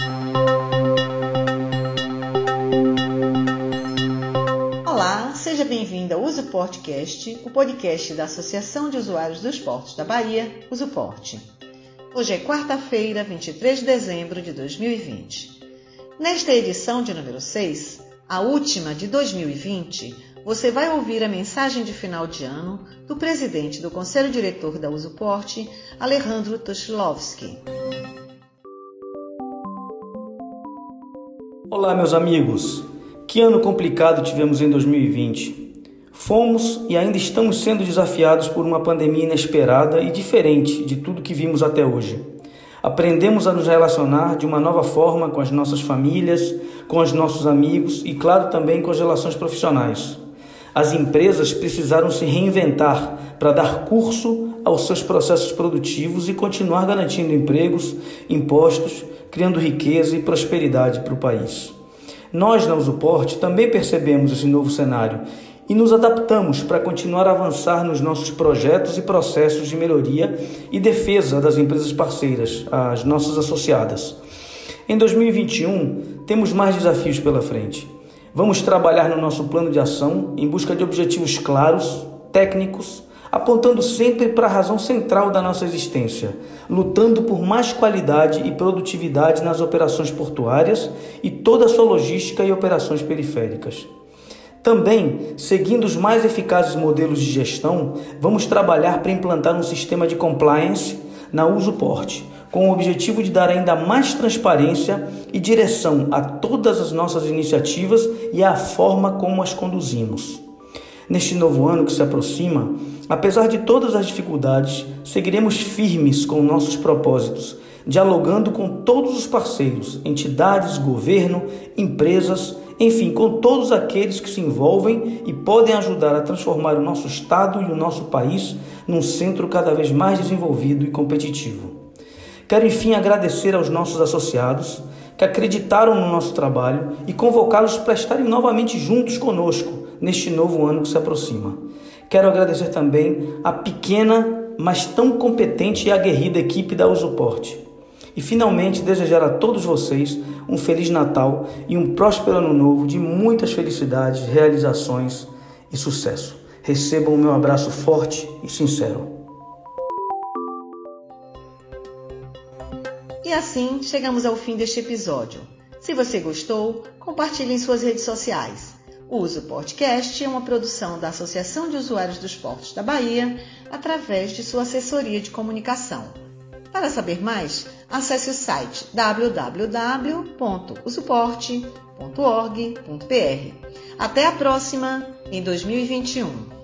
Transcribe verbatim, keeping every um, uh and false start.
Olá, seja bem-vindo ao Usuportcast, o podcast da Associação de Usuários dos Portos da Bahia, Usuporte. Hoje é quarta-feira, vinte e três de dezembro de dois mil e vinte. Nesta edição de número seis, a última de dois mil e vinte, você vai ouvir a mensagem de final de ano do presidente do Conselho Diretor da Usuporte, Alejandro Toshlovski. Olá, meus amigos. Que ano complicado tivemos em dois mil e vinte. Fomos e ainda estamos sendo desafiados por uma pandemia inesperada e diferente de tudo que vimos até hoje. Aprendemos a nos relacionar de uma nova forma com as nossas famílias, com os nossos amigos e, claro, também com as relações profissionais. As empresas precisaram se reinventar para dar curso aos seus processos produtivos e continuar garantindo empregos, impostos, criando riqueza e prosperidade para o país. Nós, na Usuporte, também percebemos esse novo cenário e nos adaptamos para continuar a avançar nos nossos projetos e processos de melhoria e defesa das empresas parceiras, as nossas associadas. Em dois mil e vinte e um, temos mais desafios pela frente. Vamos trabalhar no nosso plano de ação em busca de objetivos claros, técnicos, apontando sempre para a razão central da nossa existência, lutando por mais qualidade e produtividade nas operações portuárias e toda a sua logística e operações periféricas. Também, seguindo os mais eficazes modelos de gestão, vamos trabalhar para implantar um sistema de compliance na Usuporte, com o objetivo de dar ainda mais transparência e direção a todas as nossas iniciativas e à forma como as conduzimos. Neste novo ano que se aproxima, apesar de todas as dificuldades, seguiremos firmes com nossos propósitos, dialogando com todos os parceiros, entidades, governo, empresas, enfim, com todos aqueles que se envolvem e podem ajudar a transformar o nosso Estado e o nosso país num centro cada vez mais desenvolvido e competitivo. Quero, enfim, agradecer aos nossos associados que acreditaram no nosso trabalho e convocá-los para estarem novamente juntos conosco neste novo ano que se aproxima. Quero agradecer também a pequena, mas tão competente e aguerrida equipe da Usuporte. E finalmente desejar a todos vocês um Feliz Natal e um próspero Ano Novo de muitas felicidades, realizações e sucesso. Recebam o meu abraço forte e sincero. E assim chegamos ao fim deste episódio. Se você gostou, compartilhe em suas redes sociais. O Usuportcast é uma produção da Associação de Usuários dos Portos da Bahia através de sua assessoria de comunicação. Para saber mais, acesse o site w w w ponto usuporte ponto org ponto b r. Até a próxima, em dois mil e vinte e um.